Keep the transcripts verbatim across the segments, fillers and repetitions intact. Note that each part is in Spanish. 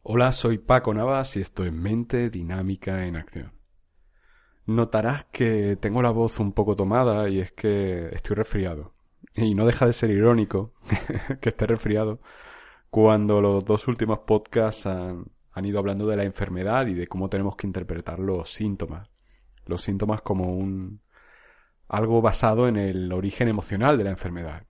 Hola, soy Paco Navas y esto es Mente Dinámica en Acción. Notarás que tengo la voz un poco tomada y es que estoy resfriado. Y no deja de ser irónico que esté resfriado cuando los dos últimos podcasts han, han ido hablando de la enfermedad y de cómo tenemos que interpretar los síntomas. Los síntomas como un algo basado en el origen emocional de la enfermedad.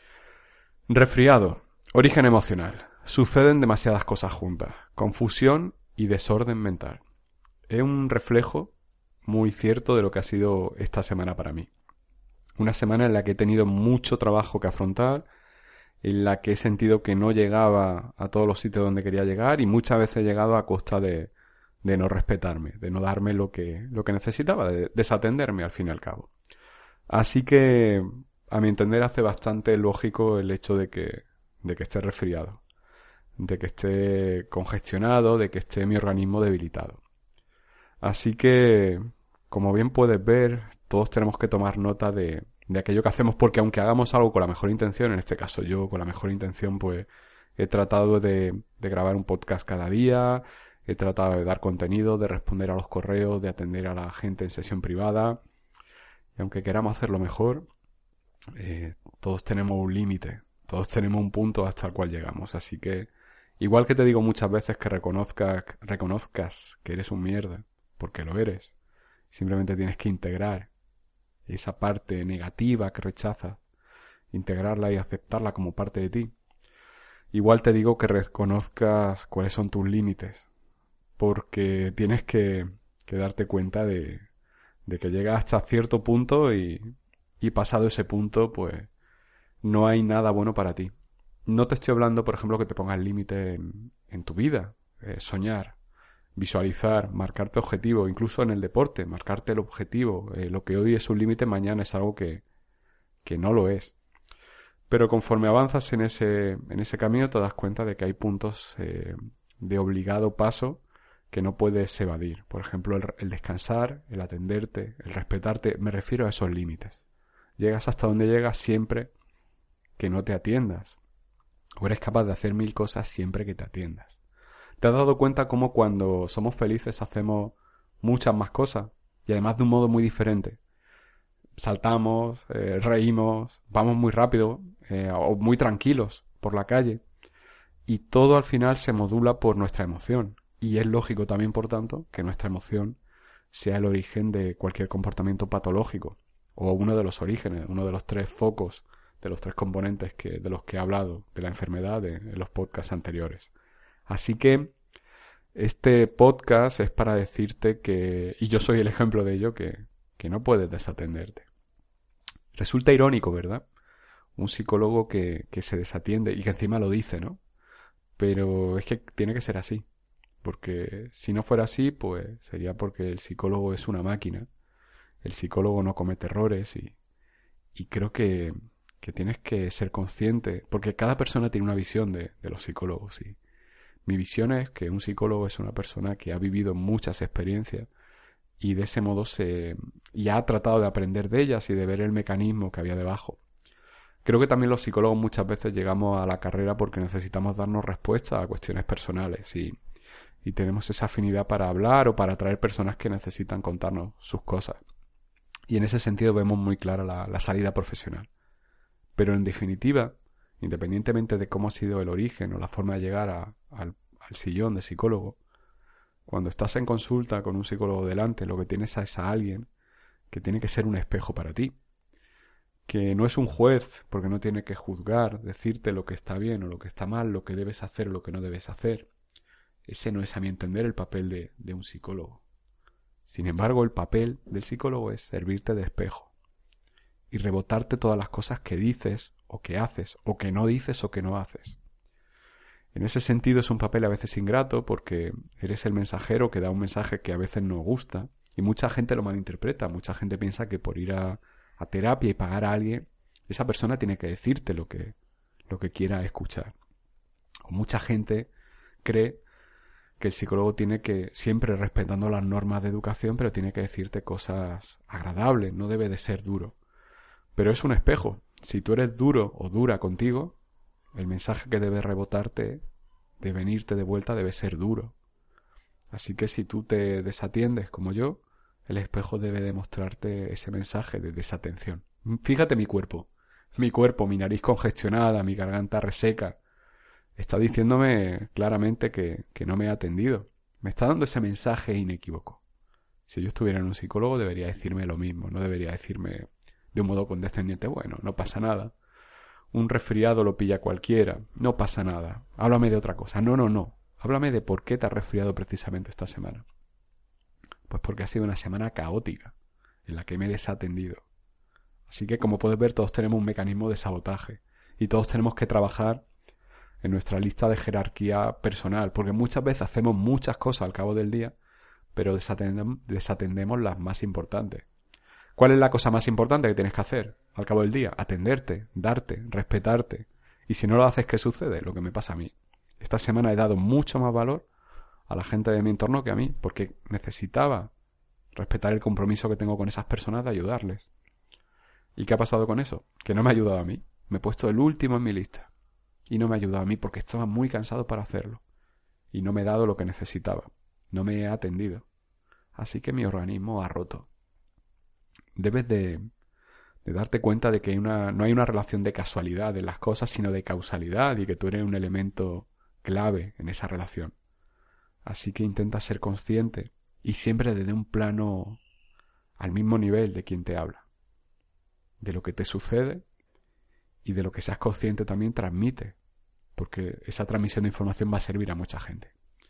Resfriado, origen emocional. Suceden demasiadas cosas juntas. Confusión y desorden mental. Es un reflejo muy cierto de lo que ha sido esta semana para mí. Una semana en la que he tenido mucho trabajo que afrontar, en la que he sentido que no llegaba a todos los sitios donde quería llegar y muchas veces he llegado a costa de, de no respetarme, de no darme lo que, lo que necesitaba, de desatenderme al fin y al cabo. Así que, a mi entender, hace bastante lógico el hecho de que, de que esté resfriado, de que esté congestionado, de que esté mi organismo debilitado. Así que, como bien puedes ver, todos tenemos que tomar nota de, de aquello que hacemos, porque aunque hagamos algo con la mejor intención, en este caso yo con la mejor intención, pues he tratado de, de grabar un podcast cada día, he tratado de dar contenido, de responder a los correos, de atender a la gente en sesión privada, y aunque queramos hacerlo mejor, eh, todos tenemos un límite, todos tenemos un punto hasta el cual llegamos, así que, igual que te digo muchas veces que reconozcas, reconozcas que eres un mierda, porque lo eres. Simplemente tienes que integrar esa parte negativa que rechazas, integrarla y aceptarla como parte de ti. Igual te digo que reconozcas cuáles son tus límites, porque tienes que, que darte cuenta de, de que llegas hasta cierto punto y, y pasado ese punto, pues no hay nada bueno para ti. No te estoy hablando, por ejemplo, que te pongas límite en, en tu vida, eh, soñar, visualizar, marcarte objetivo, incluso en el deporte, marcarte el objetivo. Eh, lo que hoy es un límite, mañana es algo que, que no lo es. Pero conforme avanzas en ese, en ese camino te das cuenta de que hay puntos eh, de obligado paso que no puedes evadir. Por ejemplo, el, el descansar, el atenderte, el respetarte. Me refiero a esos límites. Llegas hasta donde llegas siempre que no te atiendas. O eres capaz de hacer mil cosas siempre que te atiendas. ¿Te has dado cuenta cómo cuando somos felices hacemos muchas más cosas? Y además de un modo muy diferente. Saltamos, eh, reímos, vamos muy rápido eh, o muy tranquilos por la calle. Y todo al final se modula por nuestra emoción. Y es lógico también, por tanto, que nuestra emoción sea el origen de cualquier comportamiento patológico. O uno de los orígenes, uno de los tres focos, de los tres componentes que, de los que he hablado de la enfermedad de, en los podcasts anteriores. Así que este podcast es para decirte que, y yo soy el ejemplo de ello, que, que no puedes desatenderte. Resulta irónico, ¿verdad? Un psicólogo que, que se desatiende y que encima lo dice, ¿no? Pero es que tiene que ser así. Porque si no fuera así, pues sería porque el psicólogo es una máquina. El psicólogo no comete errores y, y creo que, que tienes que ser consciente, porque cada persona tiene una visión de, de los psicólogos y mi visión es que un psicólogo es una persona que ha vivido muchas experiencias y de ese modo se y ha tratado de aprender de ellas y de ver el mecanismo que había debajo. Creo que también los psicólogos muchas veces llegamos a la carrera porque necesitamos darnos respuestas a cuestiones personales y, y tenemos esa afinidad para hablar o para atraer personas que necesitan contarnos sus cosas. Y en ese sentido vemos muy clara la, la salida profesional. Pero en definitiva, independientemente de cómo ha sido el origen o la forma de llegar a, al, al sillón de psicólogo, cuando estás en consulta con un psicólogo delante, lo que tienes es a alguien que tiene que ser un espejo para ti, que no es un juez porque no tiene que juzgar, decirte lo que está bien o lo que está mal, lo que debes hacer o lo que no debes hacer. Ese no es, a mi entender, el papel de, de un psicólogo. Sin embargo, el papel del psicólogo es servirte de espejo y rebotarte todas las cosas que dices o que haces o que no dices o que no haces. En ese sentido es un papel a veces ingrato porque eres el mensajero que da un mensaje que a veces no gusta y mucha gente lo malinterpreta. Mucha gente piensa que por ir a, a terapia y pagar a alguien, esa persona tiene que decirte lo que, lo que quiera escuchar. O mucha gente cree que el psicólogo tiene que, siempre respetando las normas de educación, pero tiene que decirte cosas agradables, no debe de ser duro. Pero es un espejo. Si tú eres duro o dura contigo, el mensaje que debe rebotarte de venirte de vuelta debe ser duro. Así que si tú te desatiendes como yo, el espejo debe demostrarte ese mensaje de desatención. Fíjate mi cuerpo, mi cuerpo, mi nariz congestionada, mi garganta reseca, está diciéndome claramente que, que no me ha atendido. Me está dando ese mensaje inequívoco. Si yo estuviera en un psicólogo debería decirme lo mismo, no debería decirme de un modo condescendiente, bueno, no pasa nada. Un resfriado lo pilla cualquiera, no pasa nada. Háblame de otra cosa. No, no, no. Háblame de por qué te has resfriado precisamente esta semana. Pues porque ha sido una semana caótica, en la que me he desatendido. Así que, como puedes ver, todos tenemos un mecanismo de sabotaje. Y todos tenemos que trabajar en nuestra lista de jerarquía personal. Porque muchas veces hacemos muchas cosas al cabo del día, pero desatendemos, desatendemos las más importantes. ¿Cuál es la cosa más importante que tienes que hacer al cabo del día? Atenderte, darte, respetarte. Y si no lo haces, ¿qué sucede? Lo que me pasa a mí. Esta semana he dado mucho más valor a la gente de mi entorno que a mí, porque necesitaba respetar el compromiso que tengo con esas personas de ayudarles. ¿Y qué ha pasado con eso? Que no me ha ayudado a mí. Me he puesto el último en mi lista. Y no me ha ayudado a mí porque estaba muy cansado para hacerlo. Y no me he dado lo que necesitaba. No me he atendido. Así que mi organismo ha roto. Debes de, de darte cuenta de que hay una, no hay una relación de casualidad en las cosas, sino de causalidad, y que tú eres un elemento clave en esa relación. Así que intenta ser consciente y siempre desde un plano al mismo nivel de quien te habla. De lo que te sucede y de lo que seas consciente también transmite, porque esa transmisión de información va a servir a mucha gente.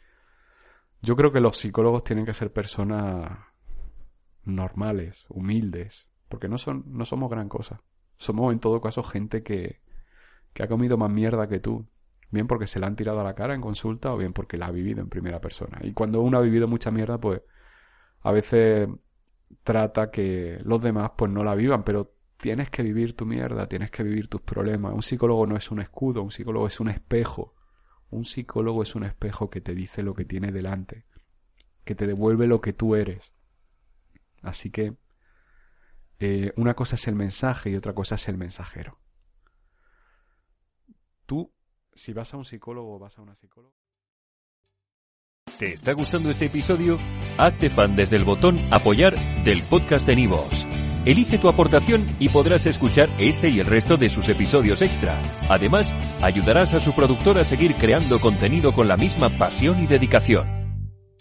Yo creo que los psicólogos tienen que ser personas normales, humildes, porque no son, no somos gran cosa. Somos en todo caso gente que, que ha comido más mierda que tú, bien porque se la han tirado a la cara en consulta o bien porque la ha vivido en primera persona. Y cuando uno ha vivido mucha mierda, pues a veces trata que los demás pues no la vivan, pero tienes que vivir tu mierda, tienes que vivir tus problemas. Un psicólogo no es un escudo, un psicólogo es un espejo. Un psicólogo es un espejo que te dice lo que tiene delante, que te devuelve lo que tú eres. Así que eh, una cosa es el mensaje y otra cosa es el mensajero. Tú, si vas a un psicólogo o vas a una psicóloga... ¿Te está gustando este episodio? Hazte fan desde el botón Apoyar del podcast de Nivos. Elige tu aportación y podrás escuchar este y el resto de sus episodios extra. Además, ayudarás a su productor a seguir creando contenido con la misma pasión y dedicación.